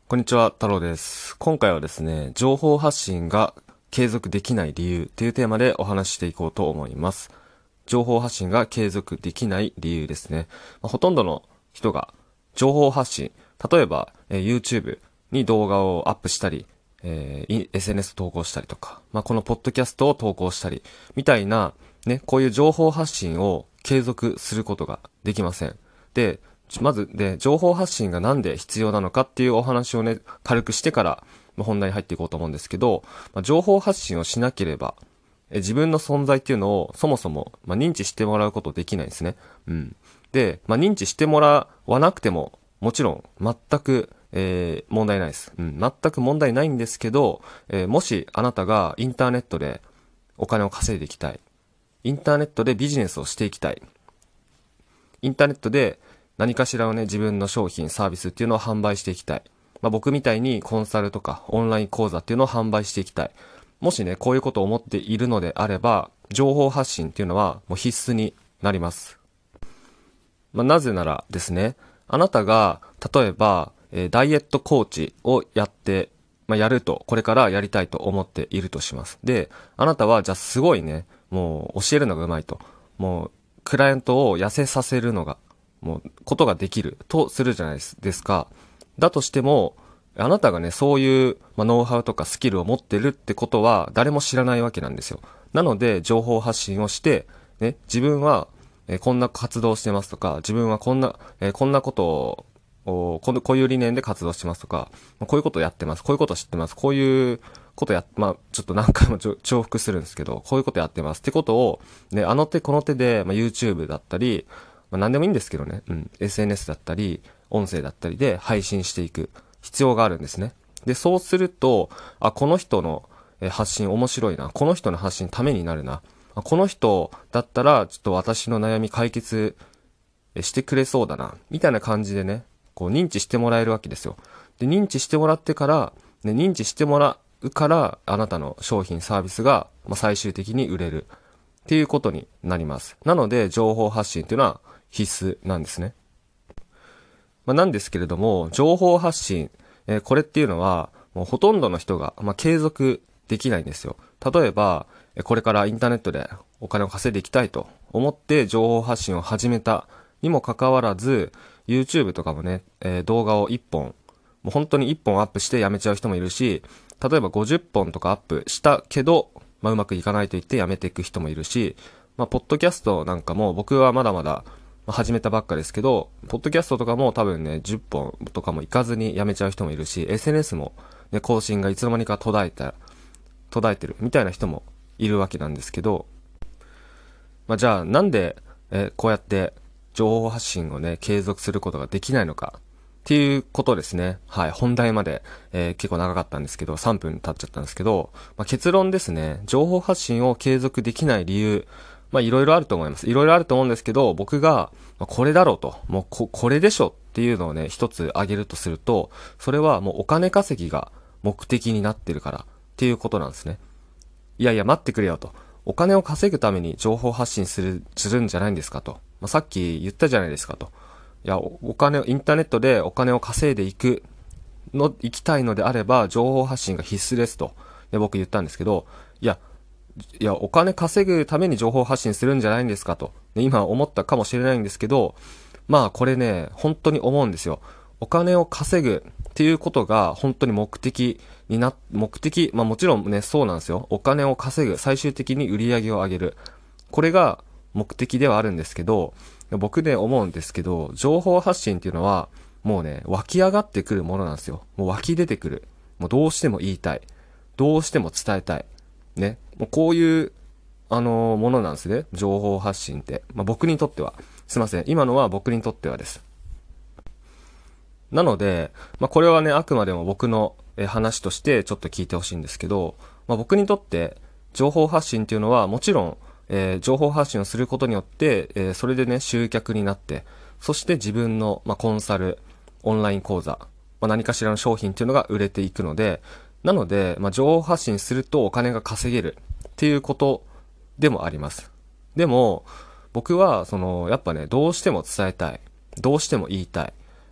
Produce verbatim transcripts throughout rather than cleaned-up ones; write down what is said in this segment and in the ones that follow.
こんにちは、太郎です。今回はですね、情報発信が継続できない理由というテーマでお話ししていこうと思います。情報発信が継続できない理由ですね。まあ、ほとんどの人が情報発信、例えば、えー、YouTube に動画をアップしたり、えー、エスエヌエス 投稿したりとか、まあ、このポッドキャストを投稿したり、みたいな、ね、こういう情報発信を継続することができません。で、まず、で、情報発信がなんで必要なのかっていうお話をね、軽くしてから、まあ、本題に入っていこうと思うんですけど、まあ、情報発信をしなければ、え自分の存在っていうのをそもそも、まあ、認知してもらうことできないんですね。うん。で、まあ、認知してもらわなくても、もちろん、全く、えー、問題ないです。うん。全く問題ないんですけど、えー、もしあなたがインターネットでお金を稼いでいきたい。インターネットでビジネスをしていきたい。インターネットで何かしらをね、自分の商品、サービスっていうのを販売していきたい。まあ、僕みたいにコンサルとかオンライン講座っていうのを販売していきたい。もしね、こういうことを思っているのであれば、情報発信っていうのはもう必須になります。まあ、なぜならですね、あなたが、例えば、えーダイエットコーチをやって、まあ、やると、これからやりたいと思っているとします。で、あなたは、じゃあすごいね、もう教えるのがうまいと。もう、クライアントを痩せさせるのが、もう、ことができるとするじゃないですですか。だとしても、あなたがね、そういう、まあ、ノウハウとかスキルを持ってるってことは、誰も知らないわけなんですよ。なので、情報発信をして、ね、自分は、えーこんな活動をしてますとか、自分はこんな、えーこんなことを、おこのこういう理念で活動してますとか、まあこういうことをやってます、こういうことを知ってます、こういうことや、まあ、ちょっと何回もちょ重複するんですけど、こういうことやってますってことを、ね、あの手この手で、まあ、YouTube だったり、まあ、何でもいいんですけどね、うん、エスエヌエス だったり、音声だったりで配信していく必要があるんですね。で、そうすると、あ、この人のえー発信面白いな、この人の発信ためになるな、あこの人だったら、ちょっと私の悩み解決えしてくれそうだな、みたいな感じでね、こう認知してもらえるわけですよ。で、認知してもらってから、ね、認知してもらうから、あなたの商品サービスが、まあ、最終的に売れるっていうことになります。なので、情報発信っていうのは必須なんですね。まあ、なんですけれども、情報発信、えーこれっていうのは、もうほとんどの人が、まあ、継続できないんですよ。例えば、えーこれからインターネットでお金を稼いでいきたいと思って情報発信を始めたにもかかわらず、YouTube とかもね、えー動画をいっぽん、もう本当にいっぽんアップしてやめちゃう人もいるし、例えばごじゅっぽんとかアップしたけど、まあ、うまくいかないと言ってやめていく人もいるし、まあ、ポッドキャストなんかも僕はまだまだまあ始めたばっかですけど、ポッドキャストとかも多分ね、じゅっぽんとかも行かずにやめちゃう人もいるし、エスエヌエス もね、更新がいつの間にか途絶えた、途絶えてるみたいな人もいるわけなんですけど、まあ、じゃあなんで、えこうやって情報発信をね、継続することができないのかっていうことですね。はい。本題まで、えー結構長かったんですけど、さんぷん経っちゃったんですけど、まあ、結論ですね。情報発信を継続できない理由、まあ、いろいろあると思います。いろいろあると思うんですけど、僕が、まあこれだろうと、もうこ、これでしょっていうのをね、一つ挙げるとすると、それはもうお金稼ぎが目的になってるからっていうことなんですね。いやいや待ってくれよと。お金を稼ぐために情報発信する、するんじゃないんですかと。まあ、さっき言ったじゃないですかと。いや、おお金を、インターネットでお金を稼いでいくの、行きたいのであれば、情報発信が必須ですと。で、僕言ったんですけど、いや、いや、お金稼ぐために情報発信するんじゃないんですかと。で今思ったかもしれないんですけど、まあこれね、本当に思うんですよ。お金を稼ぐっていうことが本当に目的にな、目的、まあもちろんね、そうなんですよ。お金を稼ぐ、最終的に売り上げを上げる。これが目的ではあるんですけど、僕ね、思うんですけど、情報発信っていうのは、もうね、湧き上がってくるものなんですよ。もう湧き出てくる。もうどうしても言いたい。どうしても伝えたい。ね。もうこういう、あのーものなんですね。情報発信って。まあ、僕にとっては。すいません。今のは僕にとってはです。なので、まあ、これはね、あくまでも僕のえー話としてちょっと聞いてほしいんですけど、まあ、僕にとって情報発信っていうのはもちろん、えー情報発信をすることによって、えーそれでね、集客になって、そして自分の、まあ、コンサル、オンライン講座、まあ、何かしらの商品っていうのが売れていくので、なので、まあ、情報発信するとお金が稼げるっていうことでもあります。でも、僕は、その、やっぱね、どうしても伝えたい。どうしても言いたい。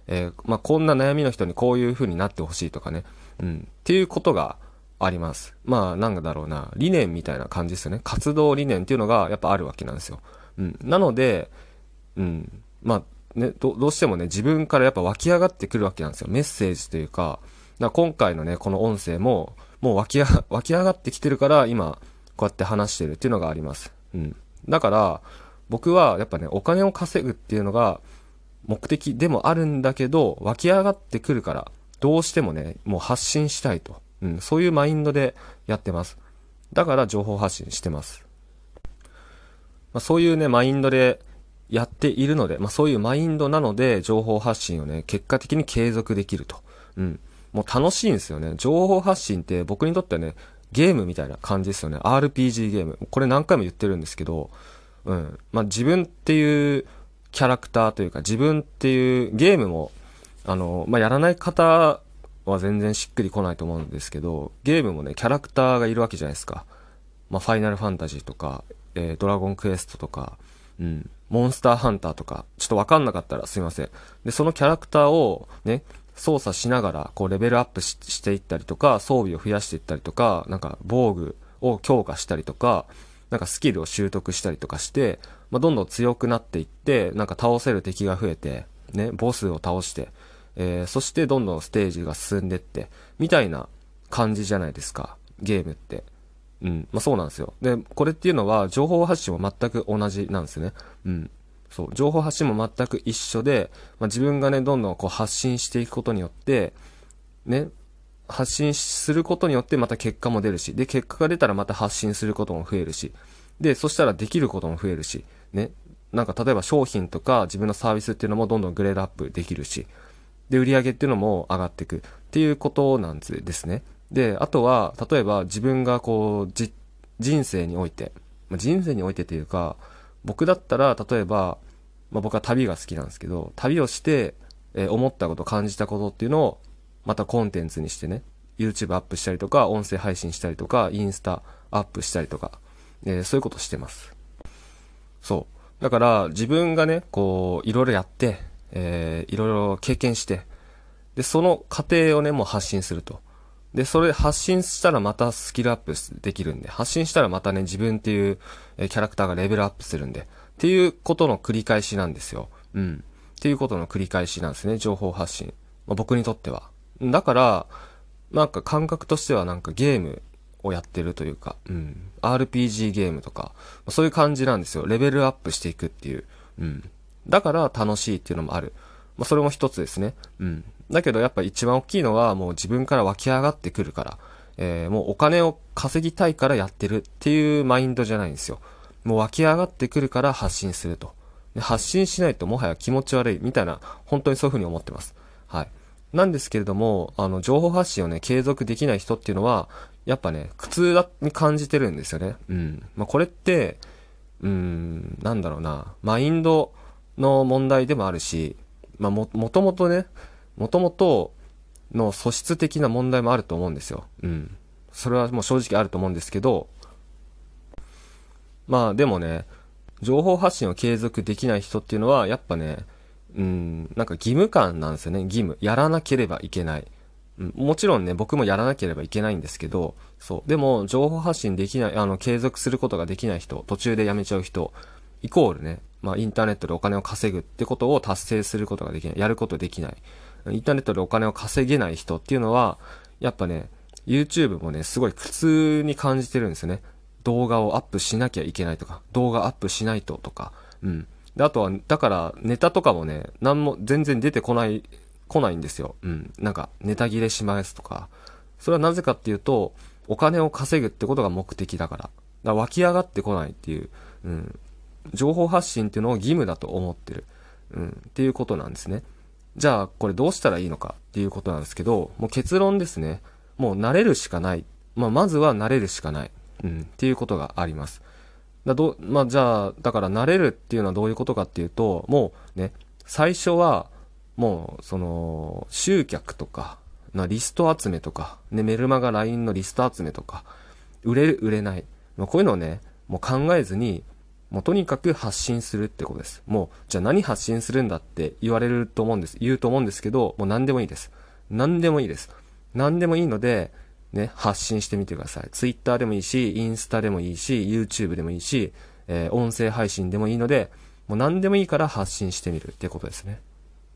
えー、まあ、こんな悩みの人にこういう風になってほしいとかね。うん。っていうことがあります。まあ、なんだろうな、理念みたいな感じですよね。活動理念っていうのがやっぱあるわけなんですよ。うん。なので、うん。まあ、ね、ど、どうしてもね、自分からやっぱ湧き上がってくるわけなんですよ。メッセージというか、だから今回のね、この音声も、もう湧きあ、湧き上がってきてるから、今、こうやって話してるっていうのがあります。うん。だから、僕はやっぱね、お金を稼ぐっていうのが目的でもあるんだけど、湧き上がってくるから、どうしてもね、もう発信したいと。うん、そういうマインドでやってます。だから情報発信してます。まあ、そういうね、マインドでやっているので、まあ、そういうマインドなので、情報発信をね、結果的に継続できると。うん。もう楽しいんですよね。情報発信って僕にとってはね、ゲームみたいな感じですよね。アールピージー ゲーム。これ何回も言ってるんですけど、うん。まあ、自分っていうキャラクターというか、自分っていうゲームも、あの、まあ、やらない方は全然しっくりこないと思うんですけど、ゲームもね、キャラクターがいるわけじゃないですか。まあ、ファイナルファンタジーとか、えー、ドラゴンクエストとか、うん、モンスターハンターとか、ちょっとわかんなかったらすいません。で、そのキャラクターをね、操作しながら、こう、レベルアップ し, していったりとか、装備を増やしていったりとか、なんか、防具を強化したりとか、なんかスキルを習得したりとかして、まあ、どんどん強くなっていって、なんか倒せる敵が増えて、ね、ボスを倒して、えー、そしてどんどんステージが進んでって、みたいな感じじゃないですか、ゲームって。うん。まあ、そうなんですよ。で、これっていうのは、情報発信も全く同じなんですね。うん。そう。情報発信も全く一緒で、まあ、自分がね、どんどんこう発信していくことによって、ね、発信することによってまた結果も出るし、で、結果が出たらまた発信することも増えるし、で、そしたらできることも増えるし、ね。なんか例えば商品とか自分のサービスっていうのもどんどんグレードアップできるし、で、売り上げっていうのも上がっていくっていうことなんですね。で、あとは、例えば自分がこう、じ、人生において、まあ、人生においてというか、僕だったら、例えば、まあ、僕は旅が好きなんですけど、旅をして、えー思ったこと、感じたことっていうのを、またコンテンツにしてね、YouTube アップしたりとか、音声配信したりとか、インスタアップしたりとか、えーそういうことしてます。そう。だから、自分がね、こう、いろいろやって、えーいろいろ経験して、で、その過程をね、もう発信すると。で、それ発信したらまたスキルアップできるんで、発信したらまたね、自分っていうえーキャラクターがレベルアップするんで、っていうことの繰り返しなんですよ。うん。っていうことの繰り返しなんですね、情報発信。まあ、僕にとっては。だから、なんか感覚としてはなんかゲームをやってるというか、うん。アールピージー ゲームとか、そういう感じなんですよ。レベルアップしていくっていう。うん。だから楽しいっていうのもある。まあ、それも一つですね。うん。だけどやっぱ一番大きいのはもう自分から湧き上がってくるから、えー、もうお金を稼ぎたいからやってるっていうマインドじゃないんですよ。もう湧き上がってくるから発信すると。で発信しないともはや気持ち悪いみたいな、本当にそういうふうに思ってます。はい。なんですけれども、あの、情報発信をね、継続できない人っていうのは、やっぱね、苦痛だに感じてるんですよね。うん。まあ、これって、うーん、なんだろうな、マインドの問題でもあるし、まあ、も、もともとね、もともとの素質的な問題もあると思うんですよ。うん。それはもう正直あると思うんですけど、まあでもね、情報発信を継続できない人っていうのは、やっぱね、うん、なんか義務感なんですよね、義務。やらなければいけない。うん、もちろんね、僕もやらなければいけないんですけど、そう。でも、情報発信できない、あの、継続することができない人、途中でやめちゃう人、イコールね、まあ、インターネットでお金を稼ぐってことを達成することができない。やることできない。インターネットでお金を稼げない人っていうのは、やっぱね、YouTube もね、すごい苦痛に感じてるんですよね。動画をアップしなきゃいけないとか、動画アップしないととか、うん。で、あとは、だから、ネタとかもね、なんも、全然出てこない、来ないんですよ。うん。なんか、ネタ切れしますとか。それはなぜかっていうと、お金を稼ぐってことが目的だから。だから湧き上がってこないっていう、うん。情報発信っていうのを義務だと思ってる。うん。っていうことなんですね。じゃあ、これどうしたらいいのかっていうことなんですけど、もう結論ですね。もう慣れるしかない。まあ、まずは慣れるしかない。うん。っていうことがあります。だど、まあ、じゃあ、だから慣れるっていうのはどういうことかっていうと、もうね、最初は、もう、その、集客とか、なリスト集めとか、ね、メルマガ ライン のリスト集めとか、売れる、売れない。まあ、こういうのをね、もう考えずに、 もうとにかく発信するってことです。もう、じゃあ何発信するんだって言われると思うんです。言うと思うんですけど、もう何でもいいです。何でもいいです。何でもいいので、ね、発信してみてください。ツイッターでもいいし、インスタでもいいし、YouTube でもいいし、えー、音声配信でもいいので、もう何でもいいから発信してみるってことですね。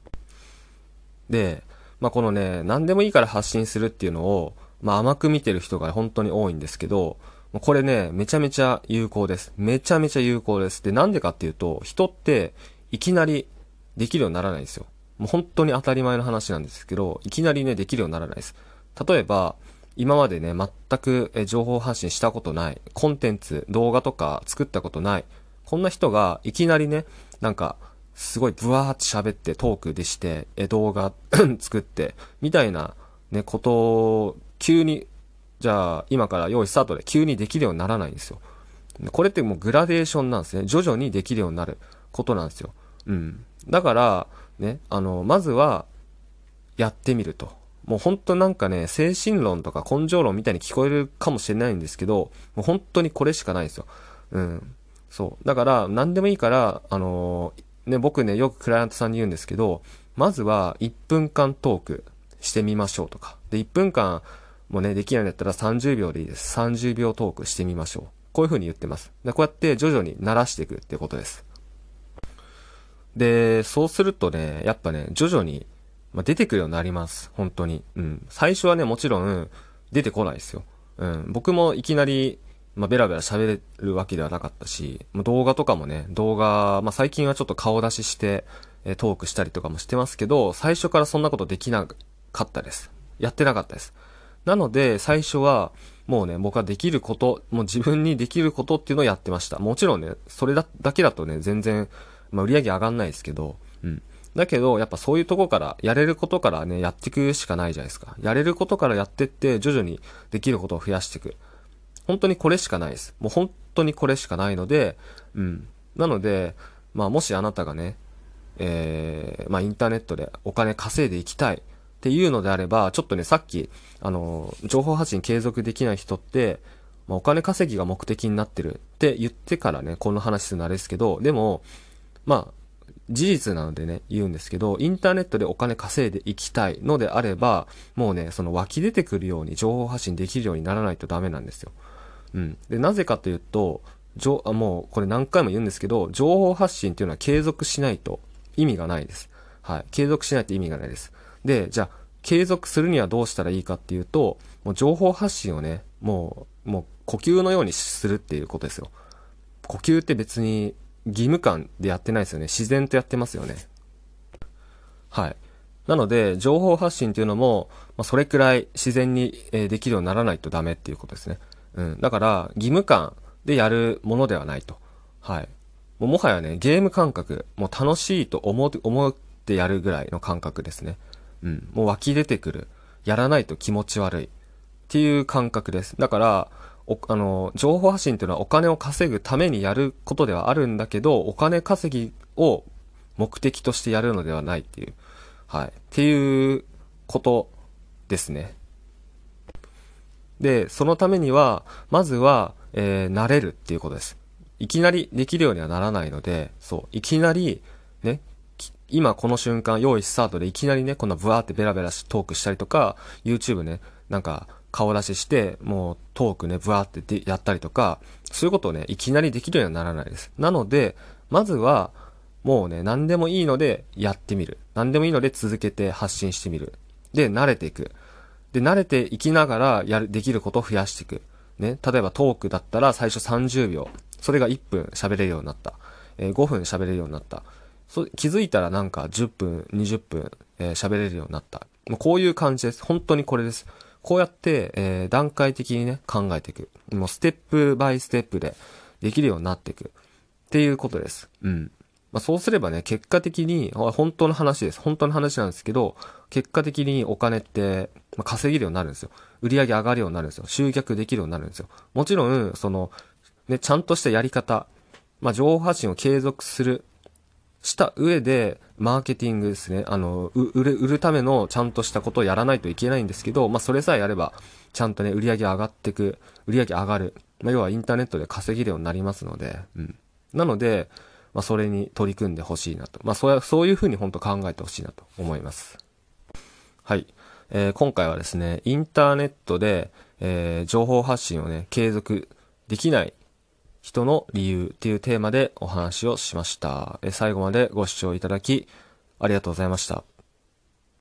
で、まあ、このね、何でもいいから発信するっていうのを、まあ、甘く見てる人が本当に多いんですけど、これね、めちゃめちゃ有効です。めちゃめちゃ有効です。で、なんでかっていうと、人っていきなりできるようにならないんですよ。もう本当に当たり前の話なんですけど、いきなりね、できるようにならないです。例えば、今までね、全く情報発信したことない、コンテンツ、動画とか作ったことない、こんな人がいきなりね、なんか、すごいブワーって喋ってトークでして、動画作って、みたいなね、ことを急にじゃあ、今から用意スタートで急にできるようにならないんですよ。これってもうグラデーションなんですね。徐々にできるようになることなんですよ。うん。だから、ね、あの、まずは、やってみると。もう本当なんかね、精神論とか根性論みたいに聞こえるかもしれないんですけど、もう本当にこれしかないんですよ。うん。そう。だから、何でもいいから、あのー、ね、僕ね、よくクライアントさんに言うんですけど、まずはいっぷんかんトークしてみましょうとか。で、いっぷんかん、もうね、できないんだったらさんじゅうびょうでいいです。さんじゅうびょうトークしてみましょう。こういう風に言ってます。で、こうやって徐々に慣らしていくってことです。で、そうするとね、やっぱね、徐々に、まあ、出てくるようになります。本当に。うん。最初はね、もちろん、出てこないですよ。うん。僕もいきなり、まあ、ベラベラ喋れるわけではなかったし、もう動画とかもね、動画、まあ、最近はちょっと顔出しして、えトークしたりとかもしてますけど、最初からそんなことできなかったです。やってなかったです。なので、最初は、もうね、僕はできること、もう自分にできることっていうのをやってました。もちろんね、それだ、だけだとね、全然、まあ、売り上げ上がんないですけど、うん。だけど、やっぱそういうとこから、やれることからね、やっていくしかないじゃないですか。やれることからやってって、徐々にできることを増やしていく。本当にこれしかないです。もう本当にこれしかないので、うん。なので、まあもしあなたがね、えー、まあインターネットでお金稼いでいきたいっていうのであれば、ちょっとね、さっき、あの、情報発信継続できない人って、まあ、お金稼ぎが目的になってるって言ってからね、この話するのあれですけど、でも、まあ、事実なのでね、言うんですけど、インターネットでお金稼いでいきたいのであれば、もうね、その湧き出てくるように情報発信できるようにならないとダメなんですよ。うん。で、なぜかというと、じょあもうこれ何回も言うんですけど、情報発信っていうのは継続しないと意味がないです。はい。継続しないと意味がないです。で、じゃあ、継続するにはどうしたらいいかっていうと、もう情報発信をね、もう、もう呼吸のようにするっていうことですよ。呼吸って別に義務感でやってないですよね。自然とやってますよね。はい。なので、情報発信っていうのも、まあ、それくらい自然に、えーできるようにならないとダメっていうことですね。うん。だから、義務感でやるものではないと。はい。もうもはやね、ゲーム感覚、もう楽しいと思う、思ってやるぐらいの感覚ですね。うん。もう湧き出てくる。やらないと気持ち悪い。っていう感覚です。だから、お、あの、情報発信っていうのはお金を稼ぐためにやることではあるんだけど、お金稼ぎを目的としてやるのではないっていう、はい。っていうことですね。で、そのためには、まずは、えー、慣れるっていうことです。いきなりできるようにはならないので、そう、いきなり、ね、今この瞬間、用意スタートでいきなりね、こんなブワーってベラベラしトークしたりとか、YouTube ね、なんか顔出しして、もうトークね、ブワーってでやったりとか、そういうことをね、いきなりできるようにはならないです。なので、まずは、もうね、何でもいいのでやってみる。何でもいいので続けて発信してみる。で、慣れていく。で、慣れていきながらやる、できることを増やしていく。ね。例えばトークだったら最初さんじゅうびょう。それがいっぷん喋れるようになった。えー、ごふん喋れるようになった。そ気づいたらなんかじゅっぷん、にじゅっぷん、えー、喋れるようになった。もうこういう感じです。本当にこれです。こうやって、えー、段階的にね、考えていく。もうステップバイステップでできるようになっていく。っていうことです。うん。まあ、そうすればね、結果的に、本当の話です。本当の話なんですけど、結果的にお金って、まあ、稼げるようになるんですよ。売り上げ上がるようになるんですよ。集客できるようになるんですよ。もちろん、その、ね、ちゃんとしたやり方、まあ、情報発信を継続する、した上で、マーケティングですね。あの、売る、売るためのちゃんとしたことをやらないといけないんですけど、まあ、それさえやれば、ちゃんとね、売り上げ上がっていく、売り上げ上がる。まあ、要はインターネットで稼げるようになりますので、うん。 なので、まあ、それに取り組んでほしいなと。まあ、そうや、そういうふうに本当考えてほしいなと思います。はい。えー今回はですね、インターネットで、えー情報発信をね、継続できない人の理由っていうテーマでお話をしました。えー最後までご視聴いただき、ありがとうございました。